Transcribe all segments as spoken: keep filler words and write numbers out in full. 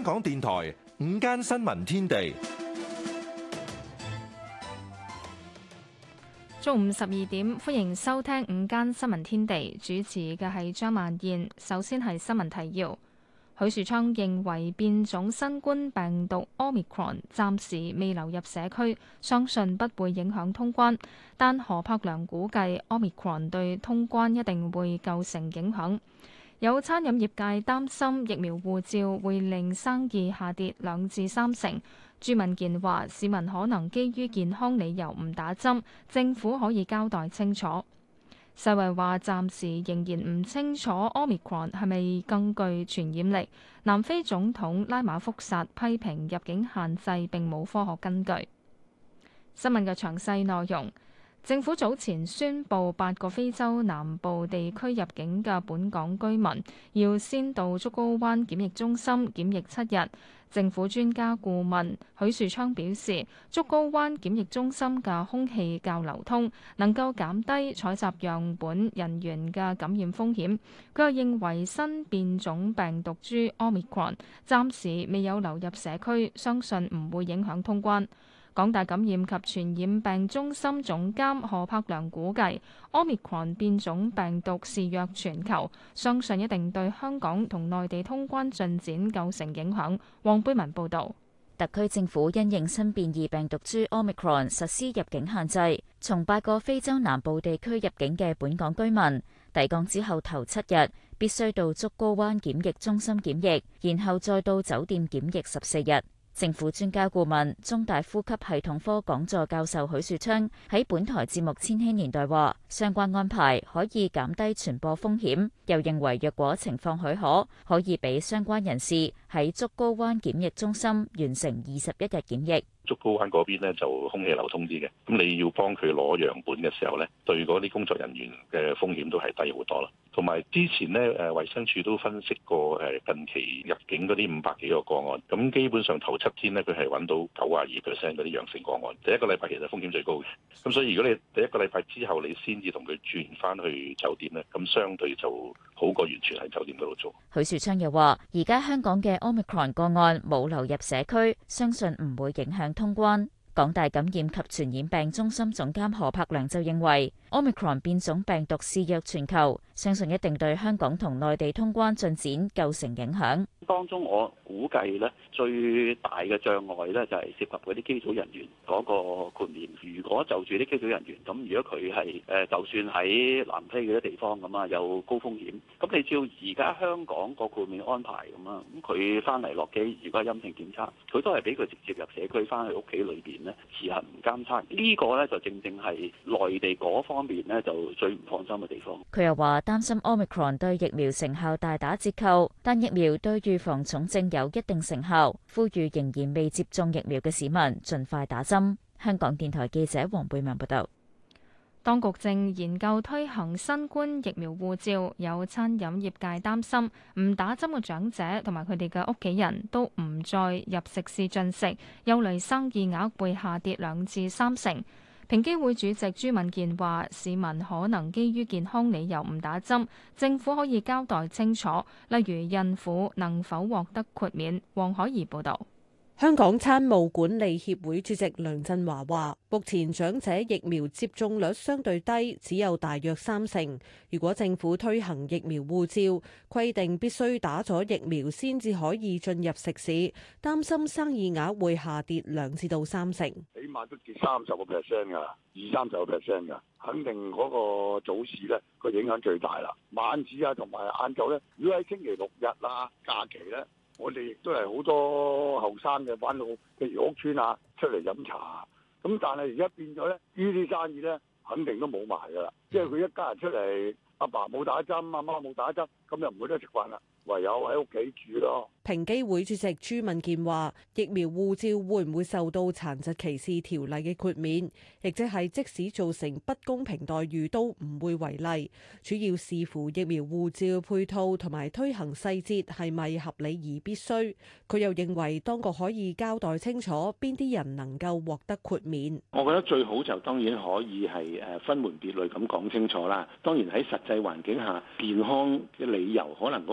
港電台午間新聞天地， 中午十二點，歡迎收聽午間新聞天地，主持嘅係張曼燕。首先係新聞提要。許樹昌認為變種新冠病毒 Omicron 暫時未流入社區，相信不會影響通關。但何柏良估計 Omicron 對通關一定會構成影響。有餐飲業界擔心疫苗護照會令生意下跌兩至三成。朱敏健話：市民可能基於健康理由唔打針，政府可以交代清楚。世衛話暫時仍然唔清楚 Omicron 係咪更具傳染力。南非總統拉馬福薩批評入境限制並冇科學根據。新聞嘅詳細內容。政府早前宣布，八個非洲南部地區入境嘅本港居民要先到竹篙灣檢疫中心檢疫七日。政府專家顧問許樹昌表示，竹篙灣檢疫中心嘅空氣較流通，能夠減低採集樣本人員嘅感染風險。佢又認為新變種病毒株 Omicron 暫時未有流入社區，相信唔會影響通關。港大感染及傳染病中心總監何柏良估計 Omicron 變種病毒肆虐全球，相信一定對香港同內地通關進展構成影響。黃貝文報導。 特區政府因應新變異病毒株 Omicron 實施入境限制，從八個非洲南部地區入境嘅本港居民抵港之後頭七日必須到竹篙灣檢疫中心檢疫，然後再到酒店檢疫十四日。政府專家顧問、中大呼吸系統科講座教授許樹昌喺本台節目《千禧年代》話，相關安排可以減低傳播風險，又認為若果情況許可，可以俾相關人士喺竹篙灣檢疫中心完成二十一日檢疫。 竹篙灣嗰邊咧就空氣流通啲嘅，咁你要幫佢攞樣本嘅時候咧，對嗰啲工作人員嘅風險都係低好多啦。同埋之前咧，誒衛生署都分析過誒近期入境嗰啲五百幾個個案，咁基本上頭七天咧，佢係揾到九啊二 percent 嗰啲陽性個案。第一個禮拜其實風險最高嘅，咁所以如果你第一個禮拜之後你先至同佢轉翻去酒店咧，咁相對就好過完全喺酒店嗰度做。 許樹昌又話：而家香港嘅 Omicron 個案冇流入社區，相信唔會影響通關。港大感染及傳染病中心總監何柏良就認為 Omicron 變種病毒肆虐全球，相信一定對香港同內地通關進展構成影響。 當中我估計咧最大嘅障礙咧就係涉及嗰啲機組人員嗰個豁免。如果就住啲機組人員，咁如果佢係誒就算喺南非嗰啲地方咁啊有高風險，咁你照而家香港個豁免安排咁啊，咁佢翻嚟落機如果係陰性檢測，佢都係俾佢直接入社區翻去屋企裏邊咧自行監測。呢個咧就正正係內地嗰方面咧就最唔放心嘅地方。 佢又話擔心 Omicron 對疫苗成效大打折扣，但疫苗對預防重症有一定成效，呼籲仍然未接種疫苗嘅市民盡快打針。香港電台記者黃貝文報道。 當局正研究推行新冠疫苗護照，有餐飲業界擔心唔打針嘅長者同埋佢哋嘅屋企人都唔再入食肆進食，憂慮生意額會下跌兩至三成。平機會主席朱敏健話：市民可能基於健康理由唔打針，政府可以交代清楚，例如孕婦能否獲得豁免。黃海怡報導。 香港餐務管理協會主席梁振華話：目前長者疫苗接種率相對低，只有大約三成。如果政府推行疫苗護照，規定必須打咗疫苗先至可以進入食肆，擔心生意額會下跌兩至到三成。 起碼都跌三十個 percent 㗎，二三十個 percent 㗎，肯定嗰個早市咧個影響最大啦。晚市啊同埋晏晝咧，如果喺星期六日啊假期咧，我哋亦都係好多後生嘅返到譬如屋村啊出嚟飲茶，咁但係而家變咗咧，呢啲生意咧肯定都冇埋㗎啦。即係佢一家人出嚟，阿爸冇打針，阿媽冇打針，咁就唔會得食飯啦，唯有喺屋企住咯。 平機會主席朱敏健話：疫苗護照會唔會受到殘疾歧視條例嘅豁免，亦即係即使造成不公平待遇都唔會違例，主要視乎疫苗護照配套同埋推行細節係咪合理而必須。佢又認為當局可以交代清楚邊啲人能夠獲得豁免。 我覺得最好就當然可以係誒分門別類咁講清楚啦。當然喺實際環境下，健康嘅理由可能嗰個範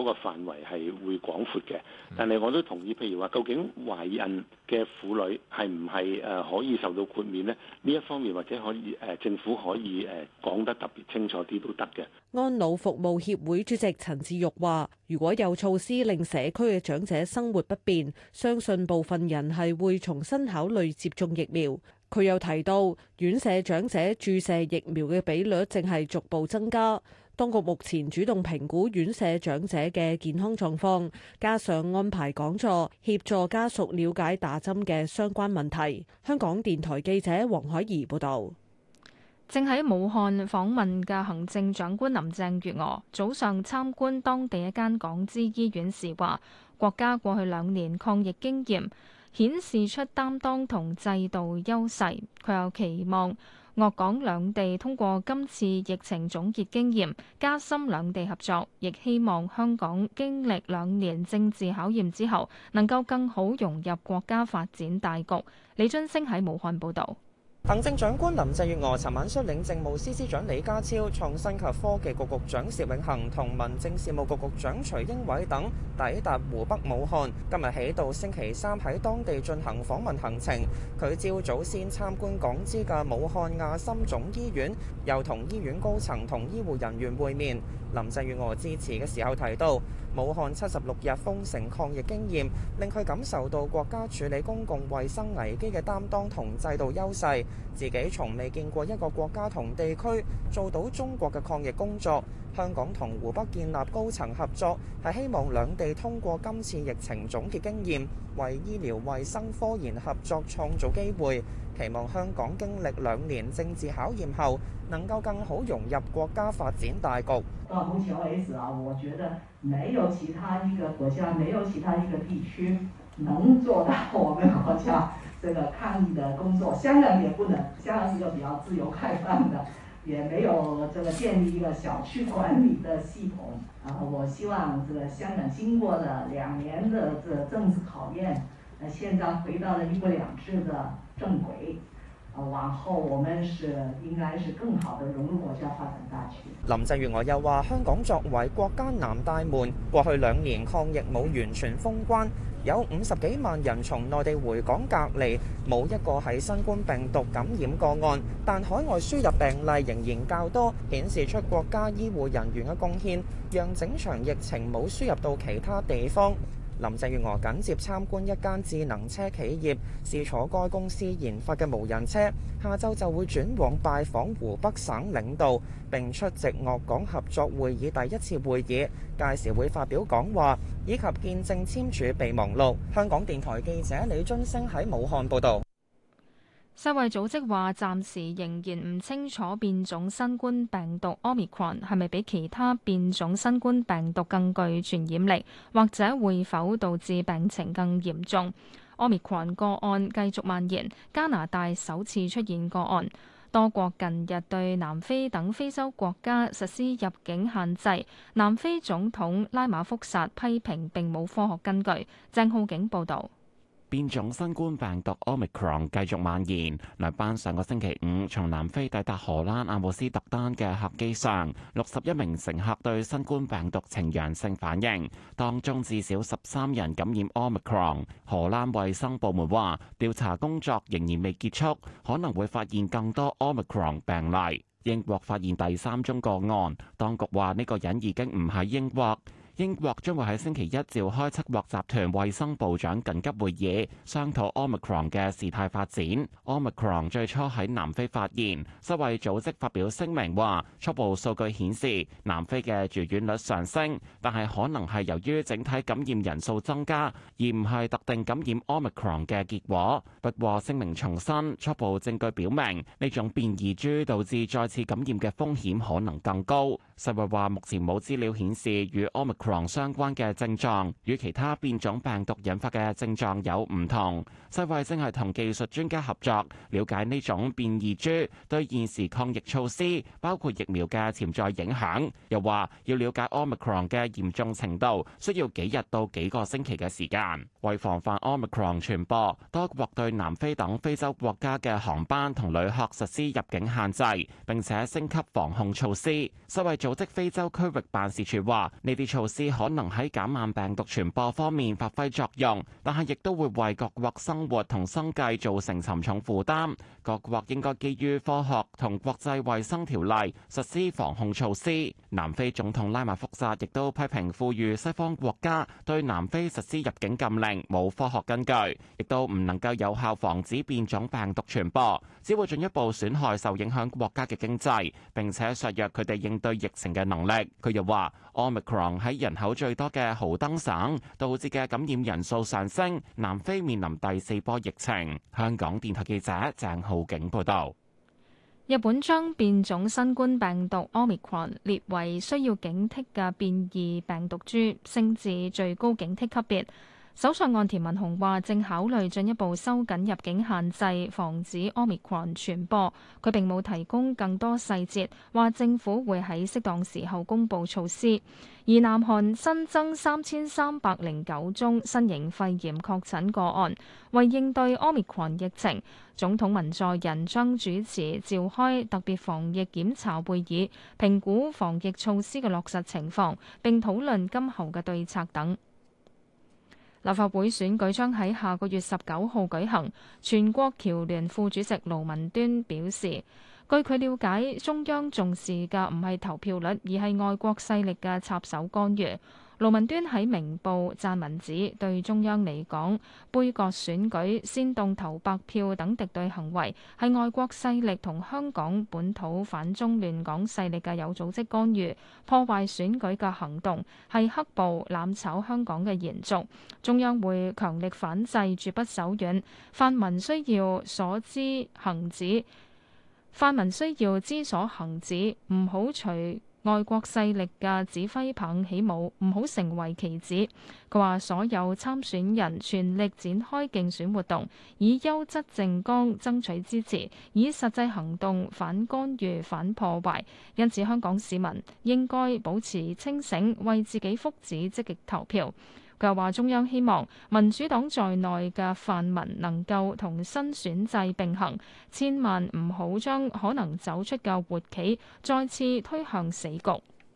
範圍係會廣闊嘅。但係我都同意，譬如話，究竟懷孕嘅婦女係唔係誒可以受到豁免呢？呢一方面或者可以誒政府可以誒講得特別清楚啲都得嘅。 安老服務協會主席陳志玉話，如果有措施令社區嘅長者生活不便，相信部分人係會重新考慮接種疫苗。佢又提到，院舍長者注射疫苗嘅比率正係逐步增加。當局目前主動評估院舍長者嘅健康狀況，加上安排講座，協助家屬了解打針嘅相關問題。香港電台記者黃海怡報導。 正喺武漢訪問嘅行政長官林鄭月娥早上參觀當地一間港資醫院時話，國家過去兩年抗疫經驗顯示出擔當同制度優勢。佢又期望鄂港兩地通過今次疫情總結經驗，加深兩地合作，亦希望香港經歷兩年政治考驗之後，能夠更好融入國家發展大局。李津星喺武漢報導。 行政長官林鄭月娥尋晚率領政務司司長李家超、創新及科技局局長薛永恒同民政事務局局長徐英偉等抵達湖北武漢，今日起到星期三喺當地進行訪問行程。佢朝早先參觀港資嘅武漢亞心總醫院，又同醫院高層同醫護人員會面。林鄭月娥致辭嘅時候提到，武漢七十六日封城抗疫經驗，令佢感受到國家處理公共衛生危機嘅擔當同制度優勢。自己從未見過一個國家同地區做到中國嘅抗疫工作。香港同湖北建立高層合作，係希望兩地通過今次疫情總結經驗，為醫療衛生科研合作創造機會。期望香港經歷兩年政治考驗後，能夠更好融入國家發展大局。 到目前為止啊，我覺得沒有其他一個國家，沒有其他一個地區能做到我們國家這個抗疫的工作。香港也不能，香港是一個比較自由開放的，也沒有這個建立一個小區管理的系統。然後我希望這個香港經過了兩年的這個政治考驗，呃，現在回到了一國兩制的正軌。往後我們是應該是更好的融入國家發展大局。 林鄭月娥又話：香港作為國家南大門，過去兩年抗疫冇完全封關，有五十幾萬人從內地回港隔離，冇一個係新冠病毒感染個案，但海外輸入病例仍然較多，顯示出國家醫護人員嘅貢獻，讓整場疫情冇輸入到其他地方。林鄭月娥緊接參觀一間智能車企業，試坐該公司研發嘅無人車。下晝就會轉往拜訪湖北省領導，並出席鄂港合作會議第一次會議，屆時會發表講話，以及見證簽署備忘錄。香港電台記者李津星喺武漢報導。 世衛組織話，暫時仍然唔清楚變種新冠病毒 Omicron 係咪比其他變種新冠病毒更具傳染力，或者會否導致病情更嚴重。Omicron 個案繼續蔓延，加拿大首次出現個案。多國近日對南非等非洲國家實施入境限制，南非總統拉馬福薩批評並冇科學根據。鄭浩景報導。 變種新冠病毒 Omicron 繼續蔓延。兩班上個星期五從南非抵達荷蘭阿姆斯特丹嘅客機上，六十一名乘客對新冠病毒呈陽性反應，當中至少十三人感染 Omicron。荷蘭衛生部門話，調查工作仍然未結束，可能會發現更多 Omicron 病例。英國發現第三宗個案，當局話呢個人已經唔喺英國。英國將會喺星期一召開七國集團衛生部長緊急會議，商討 Omicron 嘅事態發展。Omicron 最初喺南非發現，世衛組織發表聲明話，初步數據顯示南非嘅住院率上升，但係可能係由於整體感染人數增加，而唔係特定感染 Omicron 嘅結果。不過聲明重申，初步證據表明呢種變異株導致再次感染嘅風險可能更高。世衛話目前冇資料顯示與 Omicron 相關嘅症狀與其他變種病毒引發嘅症狀有唔同。世衛正係同技術專家合作，了解呢種變異株對現時抗疫措施，包括疫苗嘅潛在影響。又話要了解 Omicron 嘅嚴重程度，需要幾日到幾個星期嘅時間。 為防範 Omicron 傳播，多國對南非等非洲國家嘅航班同旅客實施入境限制，並且升級防控措施。世衛組織非洲區域辦事處話，呢啲措施可能喺減慢病毒傳播方面發揮作用，但係亦都會為各國生活同生計造成沉重負擔。各國應該基於科學同國際衛生條例實施防控措施。南非總統拉馬福薩亦都批評呼籲西方國家對南非實施入境禁令冇科學根據，亦都唔能夠有效防止變種病毒傳播，只會進一步損害受影響國家嘅經濟，並且削弱佢哋應對疫情嘅能力。佢又話 Omicron 喺人口最多嘅豪登省導致嘅感染人數上升，南非面臨第四波疫情。香港電台記者鄭浩景報道。 日本將變種新冠病毒 Omicron 列為需要警惕嘅變異病毒株，升至最高警惕級別。首相岸田文雄話正考慮進一步收緊入境限制，防止 Omicron 傳播。佢並冇提供更多細節，話政府會喺適當時候公布措施。而南韓新增三千三百零九宗新型肺炎確診個案，為應對 Omicron 疫情，總統文在寅將主持召開特別防疫檢查會議，評估防疫措施嘅落實情況，並討論今後嘅對策等。立法會選舉將喺下個月十九號舉行。全國僑聯副主席盧文端表示，據佢了解，中央重視嘅唔係投票率，而係外國勢力嘅插手干預。盧文端喺明報撰文指，對中央嚟講，杯葛選舉、煽動投白票等敵對行為，係外國勢力同香港本土反中亂港勢力嘅有組織干預，破壞選舉嘅行動，係黑暴攬炒香港嘅延續。中央會強力反制，絕不手軟。泛民需要所知行止，泛民需要知所行止，唔好隨外國勢力嘅指揮棒起舞，唔好成為棋子。佢話所有參選人全力展開競選活動，以優質政綱爭取支持，以實際行動反干預、反破壞。因此香港市民應該保持清醒，為自己福祉積極投票。佢又話中央希望民主黨在內嘅泛民能夠同新選制並行，千萬唔好將可能走出嘅活棋再次推向死局。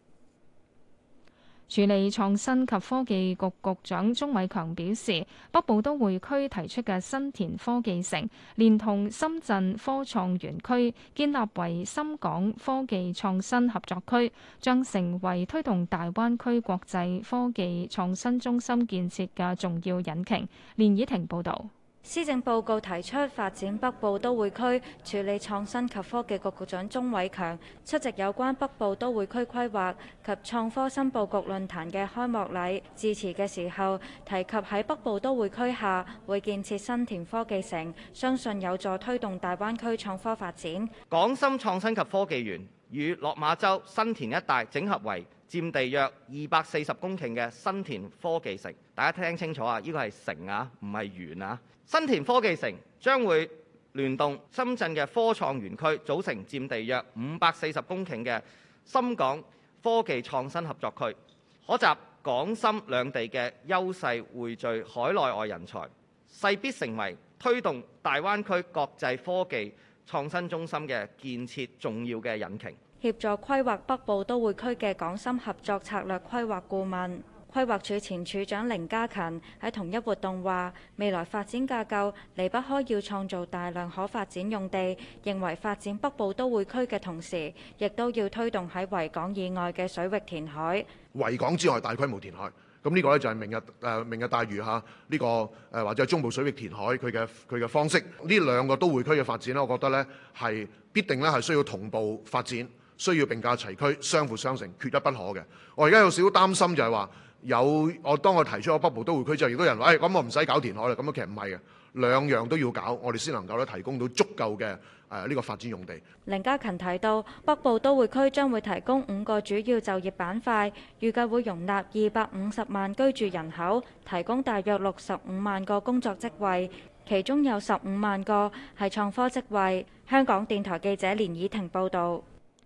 處理創新及科技局局長鍾偉強表示，北部都會區提出嘅新田科技城，連同深圳科創園區，建立為深港科技創新合作區，將成為推動大灣區國際科技創新中心建設嘅重要引擎。連以婷報導。 施政報告提出發展北部都會區，處理創新及科技局局長鍾偉強出席有關北部都會區規劃及創科新佈局論壇嘅開幕禮，致辭嘅時候提及喺北部都會區下會建設新田科技城，相信有助推動大灣區創科發展。 港深創新及科技園與落馬洲新田一帶整合為佔地約二百四十公頃嘅新田科技城，大家聽清楚啊！呢個係城啊，唔係園啊。新田科技城將會聯動深圳嘅科創園區，組成佔地約五百四十公頃嘅深港科技創新合作區，可集港深兩地嘅優勢，匯聚海內外人才，勢必成為推動大灣區國際科技創新中心嘅建設重要嘅引擎。 協助規劃北部都會區嘅港深合作策略規劃顧問、規劃署前署長凌家勤喺同一活動話，未來發展架構離不開要創造大量可發展用地，認為發展北部都會區嘅同時，亦都要推動喺維港以外嘅水域填海。 維港之外大規模填海，咁呢個呢就係明日誒明日大嶼嚇呢個誒或者係中部水域填海佢嘅佢嘅方式。呢兩個都會區嘅發展呢，我覺得呢係必定呢係需要同步發展，需要並駕齊驅，相輔相成，缺一不可嘅。我而家有少少擔心就係話。有我當我提出咗北部都會區之後，亦都有人話：誒、哎、咁我唔使搞填海啦。咁啊，其實唔係嘅，兩樣都要搞，我哋先能夠咧提供到足夠嘅誒呢個發展用地。 凌家勤提到，北部都會區將會提供五個主要就業板塊，預計會容納二百五十萬居住人口，提供大約六十五萬個工作職位，其中有十五萬個係創科職位。香港電台記者連以婷報導。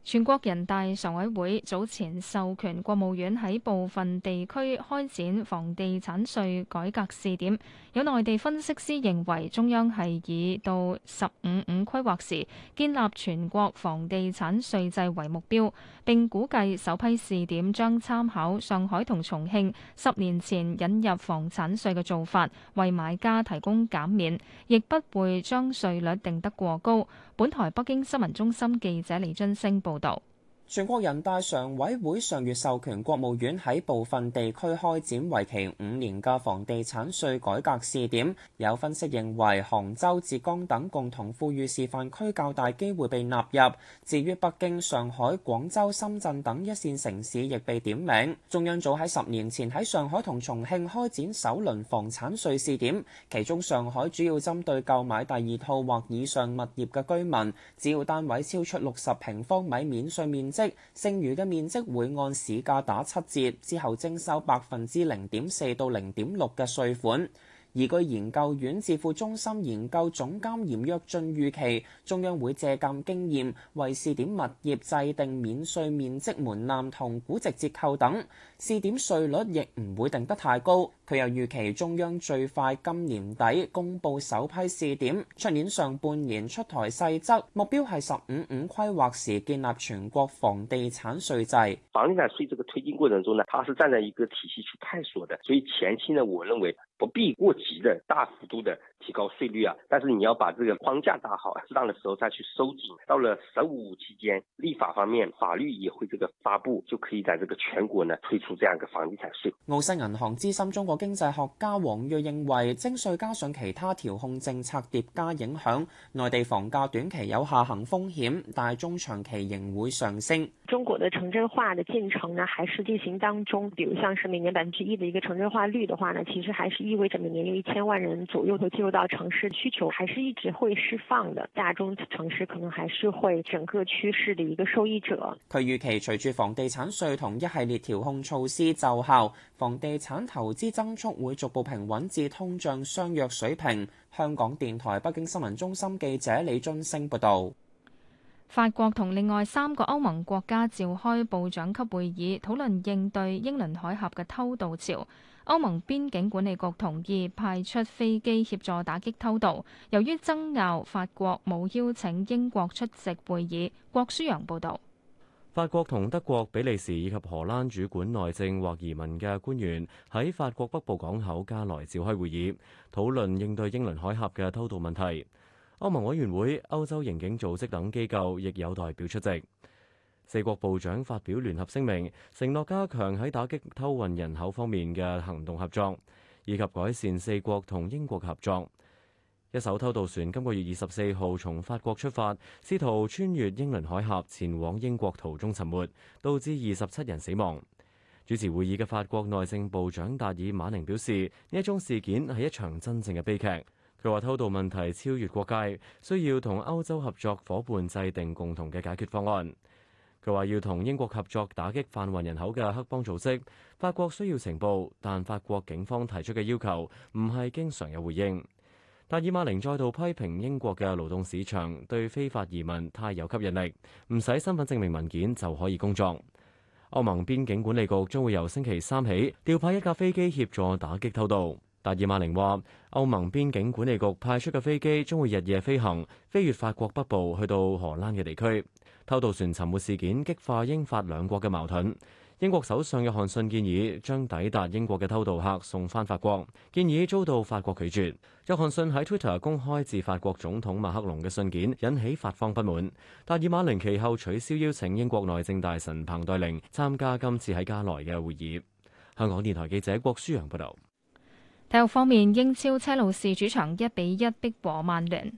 全國人大常委會早前授權國務院喺部分地區開展房地產稅改革試點，有內地分析師認為中央係以到十五五規劃時建立全國房地產稅制為目標，並估計首批試點將參考上海同重慶十年前引入房產稅嘅做法，為買家提供減免，亦不會將稅率定得過高。本台北京新聞中心記者李津升報道。 全國人大常委會上月授權國務院喺部分地區開展為期五年嘅房地產稅改革試點。有分析認為，杭州、浙江等共同富裕示範區較大機會被納入。至於北京、上海、廣州、深圳等一線城市亦被點名。中央早喺十年前喺上海同重慶開展首輪房產稅試點，其中上海主要針對購買第二套或以上物業嘅居民，只要單位超出六十平方米免稅面積，剩餘嘅面積會按市價打七折，之後徵收百分之零點四到零點六嘅稅款。而據研究院智庫中心研究總監嚴躍進預期，中央會借鑑經驗，為試點物業制定免稅面積門檻同估值折扣等。試點稅率亦唔會定得太高。佢又預期中央最快今年底公布首批試點，出年上半年出台細則，目標係十五五規劃時建立全國房地產稅制。 房地產稅這個推進過程中呢，它是站在一個體系去探索的，所以前期呢，我認為不必過急的大幅度的提高稅率啊，但是你要把這個框架打好，適當的時候再去收緊。到了十五五期間，立法方面法律也會這個發布，就可以在這個全國呢推出這樣一個房地產稅。 澳新銀行資深中國經濟學家黃睿認為，徵稅加上其他調控政策疊加影響，內地房價短期有下行風險，但係中長期仍會上升。 中國的城鎮化的進程呢，還是進行當中。比如像是每年百分之一的一個城鎮化率的話呢，其實還是意味着每年有一千萬人左右都進入到城市，需求還是一直會釋放的。大中城市可能還是會整個趨勢的一個受益者。 佢預期隨住房地產稅同一系列調控措施奏效，房地產投資增速會逐步平穩至通脹相若水平。香港電台北京新聞中心記者李津升報導。 法國同另外三個歐盟國家召開部長級會議，討論應對英倫海峽嘅偷渡潮。歐盟邊境管理局同意派出飛機協助打擊偷渡。由於爭拗，法國冇邀請英國出席會議。郭舒陽報導。 法國同德國、比利時以及荷蘭主管內政或移民嘅官員喺法國北部港口加萊召開會議，討論應對英倫海峽嘅偷渡問題。歐盟委員會、歐洲刑警組織等機構亦有代表出席。四國部長發表聯合聲明，承諾加強喺打擊偷運人口方面嘅行動合作，以及改善四國同英國合作。一艘偷渡船今個月二十四號從法國出發，試圖穿越英倫海峽前往英國途中沉沒，導致二十七人死亡。主持會議嘅法國內政部長達爾馬寧表示，呢一宗事件係一場真正嘅悲劇。佢話偷渡問題超越國界，需要同歐洲合作夥伴制定共同嘅解決方案。佢話要同英國合作打擊販運人口嘅黑幫組織。法國需要情報，但法國警方提出嘅要求唔係經常有回應。達爾馬寧再度批評英國嘅勞動市場對非法移民太有吸引力，唔使身份證明文件就可以工作。歐盟邊境管理局將會由星期三起調派一架飛機協助打擊偷渡。達爾馬寧話：歐盟邊境管理局派出嘅飛機將會日夜飛行，飛越法國北部去到荷蘭嘅地區。偷渡船沉沒事件激化英法兩國嘅矛盾。英國首相約翰遜建議將抵達英國嘅偷渡客送返法國，建議遭到法國拒絕。約翰遜喺 Twitter 公開致法國總統馬克龍嘅信件，引起法方不滿。達爾馬寧其後取消邀請英國內政大臣彭黛玲參加今次喺加萊嘅會議。香港電台記者郭舒陽報道。 體育方面，英超車路士主場一比一逼和曼聯。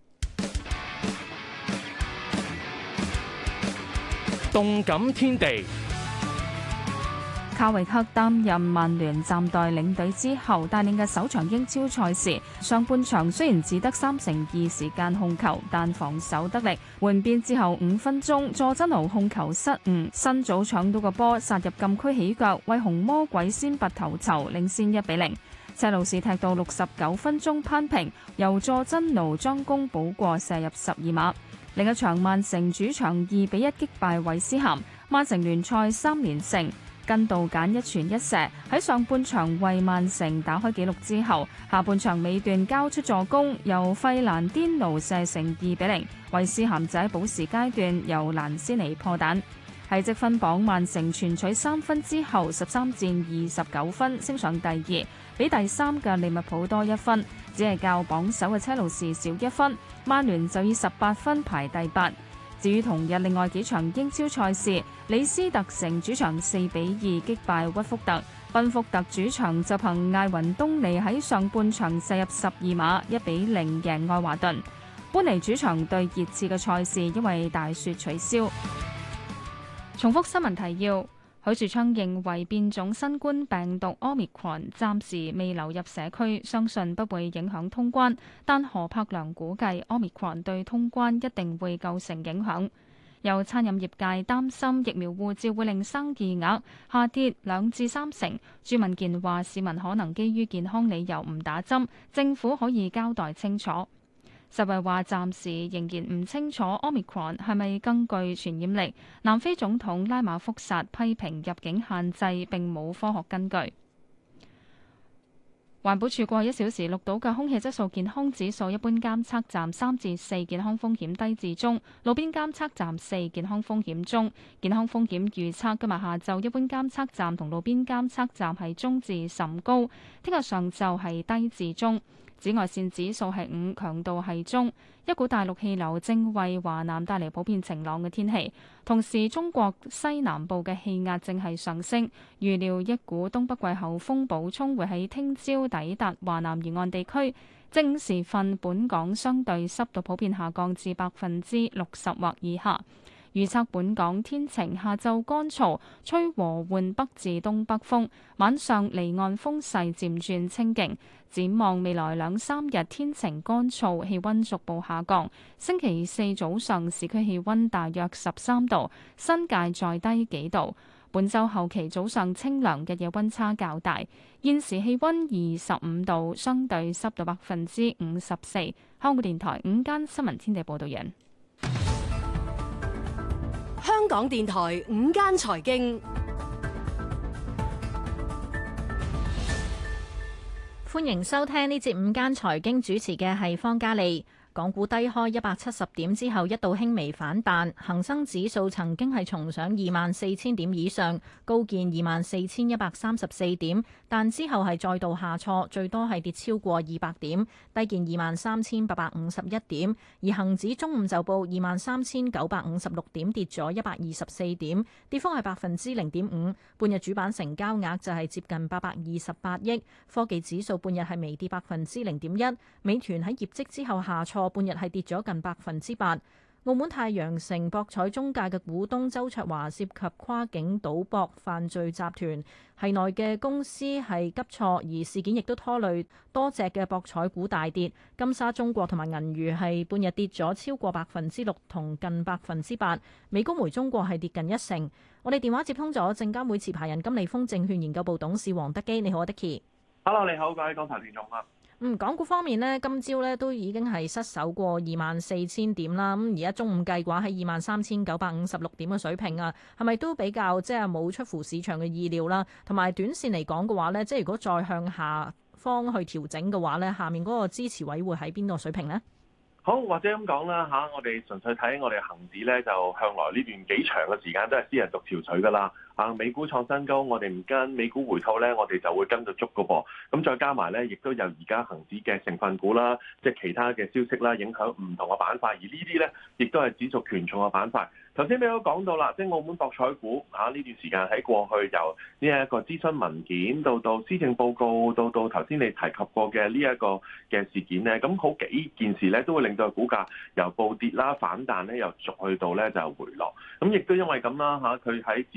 動感天地， 卡維克擔任曼聯暫代領隊之後，帶領嘅首場英超賽事，上半場雖然只得三成二時間控球，但防守得力。換邊之後五分鐘，佐真奴控球失誤，新早搶到個波殺入禁區起腳，為紅魔鬼先拔頭籌，領先一比零。車路士踢到六十九分鐘攀平，由佐真奴將功補過射入十二碼。 另一場曼城主場二比一擊敗韋斯咸，曼城聯賽三連勝。根道簡一傳一射，喺上半場為曼城打開紀錄之後，下半場尾段交出助攻，由費蘭甸奴射成二比零。韋斯咸仔補時階段由蘭斯尼破蛋。喺積分榜，曼城全取三分之後，十三戰二十九分，升上第二，比第三嘅利物浦多一分，只係較榜首嘅車路士少一分。曼聯就以十八分排第八。至於同日另外幾場英超賽事，李斯特城主場四比二擊敗屈福特，賓福特主場就憑艾雲東尼喺上半場射入十二碼，一比零贏愛華頓。般尼主場對熱刺嘅賽事因為大雪取消。重複新聞提要。許樹昌認為變種新冠病毒 Omicron 暫時未流入社區，相信不會影響通關，但何柏良估計 Omicron 對通關一定會構成影響。有餐飲業界擔心疫苗護照會令生意額下跌兩至三成。朱文健話市民可能基於健康理由唔打針，政府可以交代清楚。世衛話暫時仍然唔清楚 Omicron 係咪更具傳染力。南非總統拉馬福薩批評入境限制並冇科學根據。環保署過去一小時錄到嘅空氣質素健康指數，一般監測站三至四，健康風險低至中；路邊監測站四，健康風險中。健康風險預測今日下晝一般監測站同路邊監測站係中至甚高，聽日上晝係低至中。紫外線指數係五，強度係中。一股大陸氣流正為華南帶嚟普遍晴朗嘅天氣，同時中國西南部嘅氣壓正係上升，預料一股東北季候風補充會喺聽朝抵達華南沿岸地區。正午時分，本港相對濕度普遍下降至百分之六十或以下。預測本港天晴，下晝乾燥，吹和緩北至東北風，晚上離岸風勢漸轉清勁。展望未來兩三日天晴乾燥，氣溫逐步下降。星期四早上市區氣溫大約十三度，新界再低幾度。本週後期早上清涼，日夜溫差較大。現時氣溫二十五度，相對濕度百分之五十四。香港電台午間新聞天地報道人。 香港電台午間財經， 歡迎收聽呢節午間財經，主持嘅係方嘉利。港股低開一百七十點之後一度輕微反彈，恒生指數曾經係重上二萬四千點以上，高見二萬四千一百三十四點，但之後係再度下挫，最多係跌超過二百點，低見二萬三千八百五十一點。而恒指中午就報二萬三千九百五十六點，跌咗一百二十四點，跌幅係百分之零點五。半日主板成交額就係接近八百二十八億。科技指數半日係微跌百分之零點一。美團喺業績之後下挫，半日係跌咗近百分之八。澳門太陽城博彩中介嘅股東周卓華涉及跨境賭博犯罪集團，係內嘅公司係急挫，而事件亦都拖累多隻嘅博彩股大跌。金沙中國同埋銀娛係半日跌咗超過百分之六同近百分之八。美高梅中國係跌近一成。我哋電話接通咗證監會持牌人金利豐證券研究部董事黃德基，你好，阿 Dicky。Hello， 你好，各位港台聽眾啊。 嗯，港股方面呢，今朝呢都已經係失守過二萬四千點啦。咁而家中午計嘅話，喺二萬三千九百五十六點嘅水平啊，係咪都比較即係冇出乎市場嘅意料啦？同埋短線嚟講嘅話呢，即係如果再向下方去調整嘅話呢，下面嗰個支持位會喺邊個水平呢？ 好，或者咁講啦嚇，我哋純粹睇我哋恒指咧，就向來呢段幾長嘅時間都係私人獨潮取㗎啦。啊，美股創新高，我哋唔跟美股回吐咧，我哋就會跟到足㗎噃。咁再加埋咧，亦都有而家恒指嘅成分股啦，即係其他嘅消息啦，影響唔同嘅板塊。而呢啲咧，亦都係指數權重嘅板塊。頭先你都講到啦，即係澳門博彩股啊，呢段時間喺過去由呢一個諮詢文件到到施政報告，到到頭先你提及過嘅呢一個嘅事件咧，咁好幾件事咧都會令到股價由暴跌啦反彈咧，又續去到咧就回落。咁亦都因為咁啦嚇，佢喺指數裏邊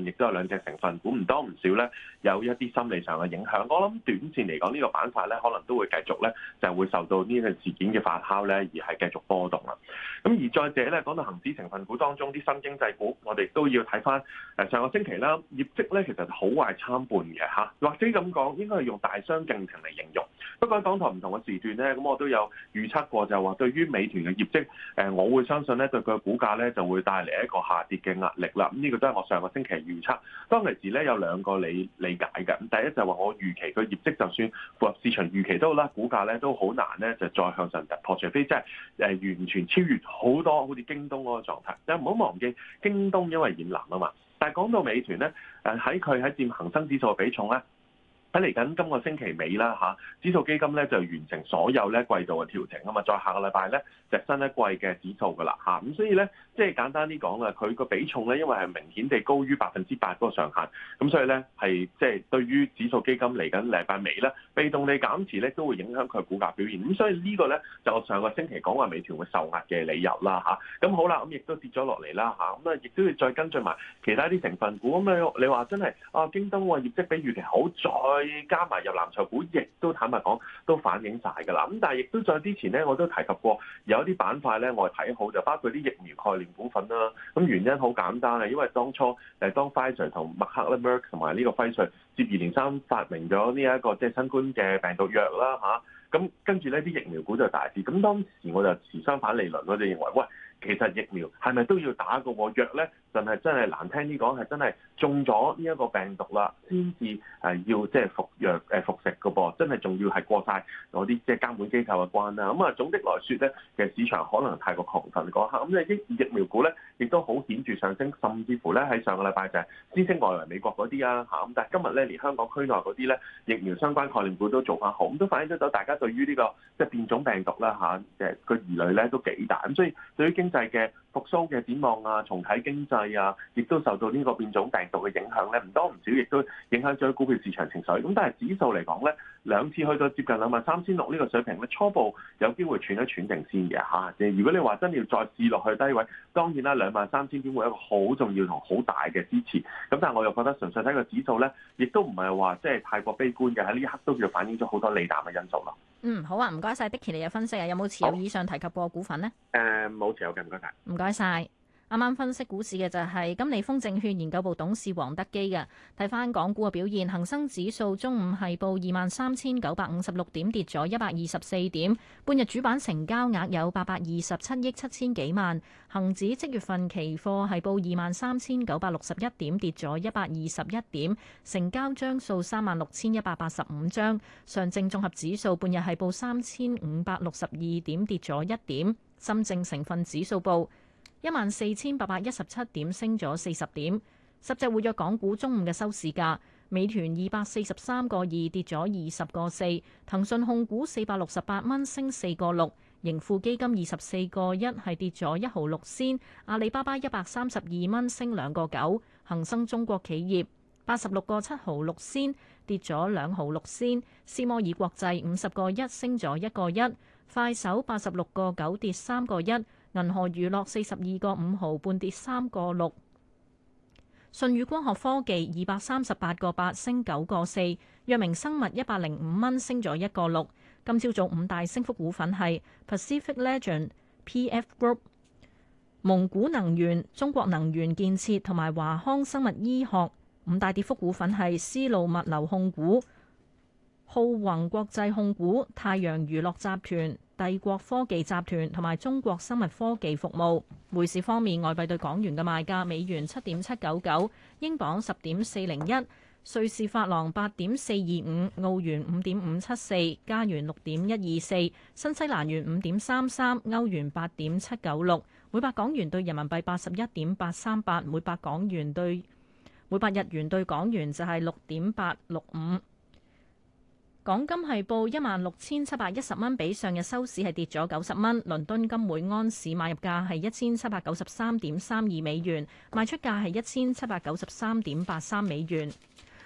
邊亦都有兩隻成分股，唔多唔少咧，有一啲心理上嘅影響。我諗短線嚟講，呢個板塊咧，可能都會繼續咧，就係會受到呢個事件嘅發酵咧，而係繼續波動啦。咁而再者咧，講到恒指成分股當中啲新經濟股，我哋都要睇翻誒上個星期啦，業績咧其實好壞參半嘅嚇，或者咁講，應該係用大相徑庭嚟形容。不過喺港台唔同嘅時段咧，咁我都有預測過，就係話對於美團嘅業績，誒我會相信咧對佢嘅股價咧就會帶嚟一個下跌嘅壓力啦。咁呢個都係我上個星期預測。當其時咧有兩個理理解嘅，咁第一就係話我預期佢業績就算符合市場預期都好啦，股價咧都好難咧就再向上突破，除非即係誒完全超越好多好似京東嗰個狀態。但係唔好忘記京東因為染藍啊嘛，但係講到美團咧，誒喺佢喺佔恒生指數嘅比重咧。喺嚟緊今個星期尾啦嚇，指數基金咧就完成所有咧季度嘅調整啊嘛，再下個禮拜咧就新一季嘅指數噶啦嚇，咁所以咧即係簡單啲講啊，佢個比重咧因為係明顯地高於百分之八嗰個上限，咁所以咧係即係對於指數基金嚟緊禮拜尾咧被動地減持咧都會影響佢股價表現，咁所以呢個咧就我上個星期講話美團會受壓嘅理由啦嚇，咁好啦，咁亦都跌咗落嚟啦嚇，咁啊亦都要再跟進埋其他啲成分股，咁你你話真係啊京東話業績比預期好再。加埋入藍籌股，亦都坦白講都反映晒㗎啦。咁但係亦都在之前咧，我都提及過有一啲板塊咧，我係睇好，就包括啲疫苗概念股份啦。咁原因好簡單啊，因為當初誒當輝瑞同默克咧 Merck 同埋呢個輝瑞接二連三發明咗呢一個即係新冠嘅病毒藥啦嚇。咁跟住呢啲疫苗股就大跌。咁當時我就持相反理論，我就認為喂，其實疫苗係咪都要打個藥咧？但係真係難聽啲講，係真係中咗呢一個病毒啦，先至誒要即係服藥誒服食嘅噃，真係仲要係過晒嗰啲即係監管機構嘅關啦。咁啊總的來說咧，其實市場可能太過亢奮嗰刻，咁咧疫疫苗股咧亦都好顯著上升，甚至乎咧喺上個禮拜就係先升外圍美國嗰啲啊嚇，咁但係今日咧連香港區內嗰啲咧疫苗相關概念股都做翻好，咁都反映得到大家對於呢個即係變種病毒啦嚇嘅個疑慮咧都幾大，咁所以對於經濟嘅復甦嘅展望啊，重啟經濟啊，亦都受到呢個變種病毒嘅影響咧，唔多唔少，亦都影響咗股票市場情緒。咁但係指數嚟講咧，兩次去到接近兩萬三千六呢個水平咧，初步有機會喘一喘定先嘅嚇。即係如果你話真要再試落去低位，當然啦，兩萬三千點會有一個好重要同好大嘅支持。咁但係我又覺得純粹睇個指數咧，亦都唔係話即係太過悲觀嘅，喺呢一刻都叫反映咗好多利淡嘅因素咯。 嗯，好啊，唔該晒 Dicky 你嘅分析啊，有冇持有以上提及過股份呢？ 誒，冇持有嘅，唔該晒。 唔該晒。啱啱分析股市嘅就係金利豐證券研究部董事黃德基嘅。睇翻港股嘅表現，恒生指數中午係報二萬三千九百五十六點，跌咗一百二十四點。半日主板成交額有八百二十七億七千幾萬。恒指即月份期貨係報二萬三千九百六十一點，跌咗一百二十一點，成交張數三萬六千一百八十五張。上證綜合指數半日係報三千五百六十二點，跌咗一點。深證成分指數報一萬四千八百一十七點，升咗四十點。十隻活躍港股中午嘅收市價：美團二百四十三個二，跌咗二十個四；騰訊控股四百六十八蚊，升四個六；盈富基金二十四個一，係跌咗一毫六仙；阿里巴巴一百三十二蚊，升兩個九；恒生中國企業八十六個七毫六仙，跌咗兩毫六仙；斯摩爾國際五十個一，升咗一個一；快手八十六個九，跌三個一。銀河娛樂四十二個五毫半，跌三個六，舜宇光學科技二百三十八個八，升九個四，藥明生物一百零五蚊，升咗一個六。今朝早五大升幅股份係 Pacific Legend、P F Group、蒙古能源、中國能源建設同埋華康生物醫學。五大跌幅股份係絲路物流控股、浩宏國際控股、太陽娛樂集團、帝國科技集團同埋中國生物科技服務。匯市方面，外幣對港元嘅賣價：美元七點七九九，英鎊十點四零一，瑞士法郎八點四二五，澳元五點五七四，加元六點一二四，新西蘭元五點三三，歐元八點七九六，每百港元對人民幣八十一點八三八，每百港元對每百日元對港元就係六點八六五。港金係報一萬六千七百一十蚊，比上日收市係跌咗九十蚊。倫敦金每安士買入價係一千七百九十三點三二美元，賣出價係一千七百九十三點八三美元。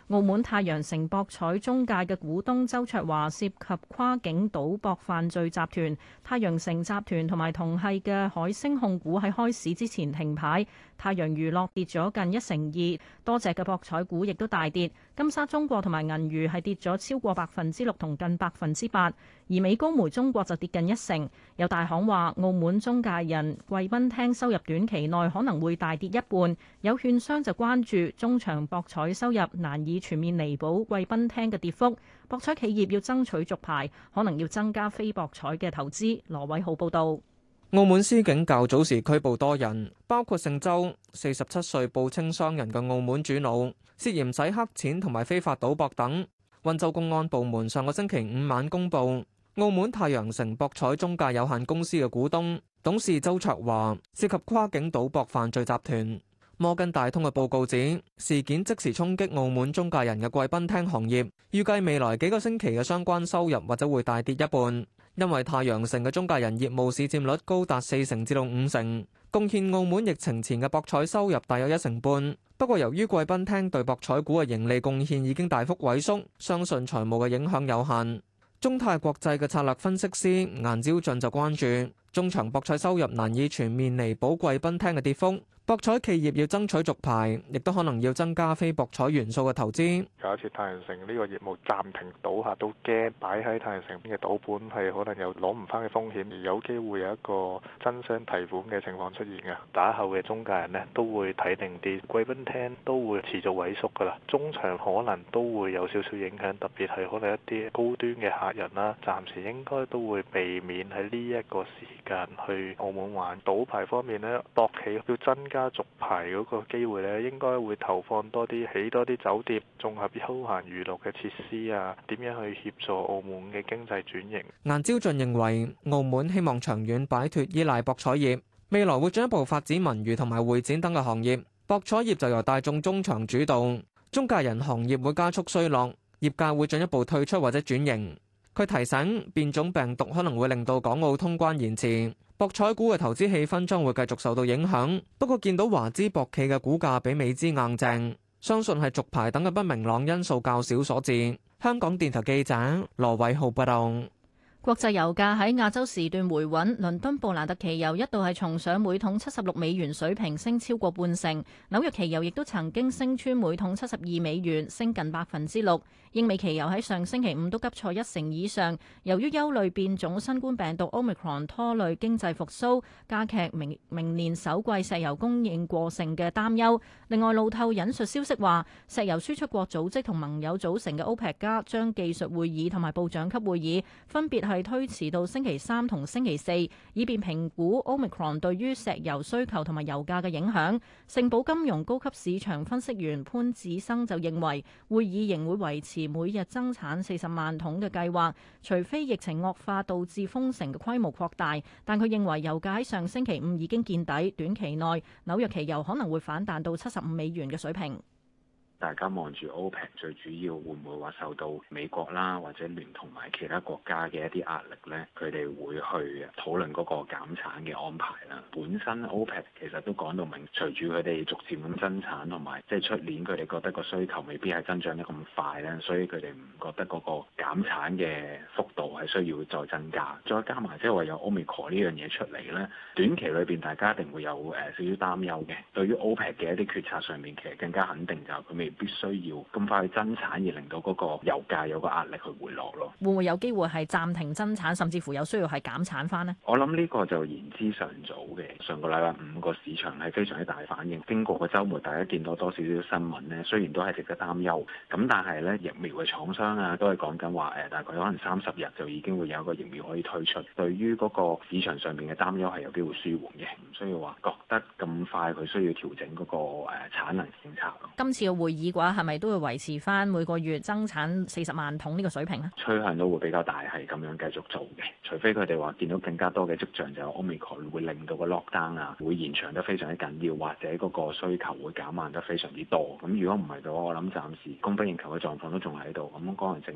澳門太陽城博彩中介嘅股東周卓華涉及跨境賭博犯罪集團，太陽城集團同埋同系嘅海星控股喺開市之前停牌，太陽娛樂跌咗近一成二，多隻嘅博彩股亦都大跌，金沙中國同埋銀娛係跌咗超過百分之六同近百分之八，而美高梅中國就跌近一成。有大行話，澳門中介人貴賓廳收入短期內可能會大跌一半，有券商就關注中場博彩收入難以全面彌補貴賓廳嘅跌幅，博彩企業要爭取續牌，可能要增加非博彩嘅投資。羅偉浩報導。 澳門司警較早時拘捕多人，包括姓周四十七歲報稱商人嘅澳門主腦，涉嫌洗黑錢同埋非法賭博等。溫州公安部門上個星期五晚公佈，澳門太陽城博彩中介有限公司嘅股東董事周卓華涉及跨境賭博犯罪集團。摩根大通嘅報告指，事件即時衝擊澳門中介人嘅貴賓廳行業，預計未來幾個星期嘅相關收入或者會大跌一半，因為太陽城嘅中介人業務市佔率高達四成至到五成，貢獻澳門疫情前嘅博彩收入大約一成半。不過由於貴賓廳對博彩股嘅盈利貢獻已經大幅萎縮，相信財務嘅影響有限。中泰國際嘅策略分析師顏朝俊就關注中場博彩收入難以全面彌補貴賓廳嘅跌幅。博彩企業要爭取續牌，亦都可能要增加非博彩元素嘅投資。 假設太陽城呢個業務暫停賭下，都驚擺喺太陽城邊嘅賭本係可能有攞唔翻嘅風險，而有機會有一個爭相提款嘅情況出現嘅。打後嘅中介人呢都會睇定啲，貴賓廳都會持續萎縮㗎啦。中場可能都會有少少影響，特別係可能一啲高端嘅客人啦，暫時應該都會避免喺呢一個時間去澳門玩。賭牌方面呢，博企要增加加續牌嗰個機會咧，應該會投放多啲，起多啲酒店、綜合休閒娛樂嘅設施啊，點樣去協助澳門嘅經濟轉型？ 顏朝俊認為，澳門希望長遠擺脱依賴博彩業，未來會進一步發展文娛同埋會展等嘅行業，博彩業就由大眾中場主導，中介人行業會加速衰落，業界會進一步退出或者轉型。佢提醒，變種病毒可能會令到港澳通關延遲。博彩股嘅投資氣氛將會繼續受到影響，不過見到華資博企嘅股價比美資硬淨，相信係續牌等嘅不明朗因素較少所致。香港電台記者羅偉浩報道。 國際油價喺亞洲時段回穩，倫敦布蘭特期油一度係重上每桶七十六美元水平，升超過半成。紐約期油亦都曾經升穿每桶七十二美元，升近百分之六。英美期油喺上星期五都急挫一成以上，由於憂慮變種新冠病毒 Omicron 拖累經濟復甦，加劇明明年首季石油供應過剩嘅擔憂。另外，路透引述消息話，石油輸出國組織同盟友組成嘅 OPEC 加將技術會議同埋部長級會議分別係係推遲到星期三同星期四，以便評估 Omicron 對於石油需求同埋油價嘅影響。盛寶金融高級市場分析員潘志生就認為，會議仍會維持每日增產四十萬桶嘅計劃，除非疫情惡化導致封城嘅規模擴大。但佢認為油價喺上星期五已經見底，短期內紐約期油可能會反彈到七十五美元嘅水平。 大家望住 OPEC 最主要會唔會話受到美國啦或者聯同埋其他國家嘅一啲壓力呢？佢哋會去討論嗰個減產嘅安排啦。本身 OPEC 其實都講到明，隨住佢哋逐漸咁增產同埋即係出年佢哋覺得個需求未必係增長得咁快咧，所以佢哋唔覺得嗰個減產嘅幅度係需要再增加。再加埋即係話有 Omicron 呢樣嘢出嚟咧，短期裏邊大家一定會有誒少少擔憂嘅。對於 OPEC 嘅一啲決策上面，其實更加肯定就係佢未必需要咁快去增產，而令到嗰個油價有個壓力去回落咯。 會唔會有機會係暫停增產，甚至乎有需要係減產翻呢？ 我諗呢個就言之尚早嘅。上個禮拜五個市場係非常之大反應，經過個週末大家見到多少少新聞呢，雖然都係值得擔憂，咁但係咧疫苗嘅廠商啊都係講緊話誒，大概可能三十日就已經會有一個疫苗可以推出。對於嗰個市場上邊嘅擔憂係有機會舒緩嘅，唔需要話覺得咁快佢需要調整嗰個誒產能政策咯。 今次嘅會議嘅話，係咪都會維持翻每個月增產四十萬桶呢個水平咧？ 趨向都會比較大，係咁樣繼續做嘅。除非佢哋話見到更加多嘅跡象，就係 Omicron 會令到個 lockdown 啊，會延長得非常之緊要，或者嗰個需求會減慢得非常之多。咁如果唔係嘅話，我諗暫時供不應求嘅狀況都仲喺度，咁可能政策都會繼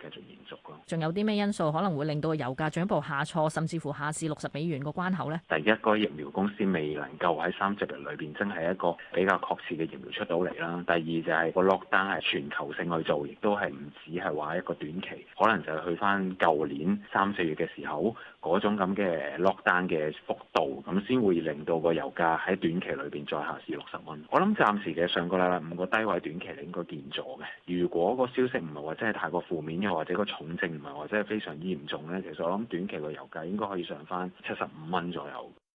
繼續延續咯。 仲有啲咩因素可能會令到個油價進一步下挫，甚至乎下至六十美元個關口呢？ 第一，個疫苗公司未能夠喺三十日裏邊真係一個比較確切嘅疫苗出到嚟啦。第二就係個 lockdown 係全球性去做，亦都係唔止係話一個短期，可能就係去翻舊年三四月嘅時候嗰種咁嘅 lockdown 嘅幅度，咁先會令到個油價喺短期裏邊再下試六十蚊。我諗暫時嘅上個禮拜五個低位短期你應該見咗嘅。如果個消息唔係話真係太過負面嘅，或者個重症唔係話真係非常之嚴重咧，其實我諗短期個油價應該可以上翻七十五蚊左右。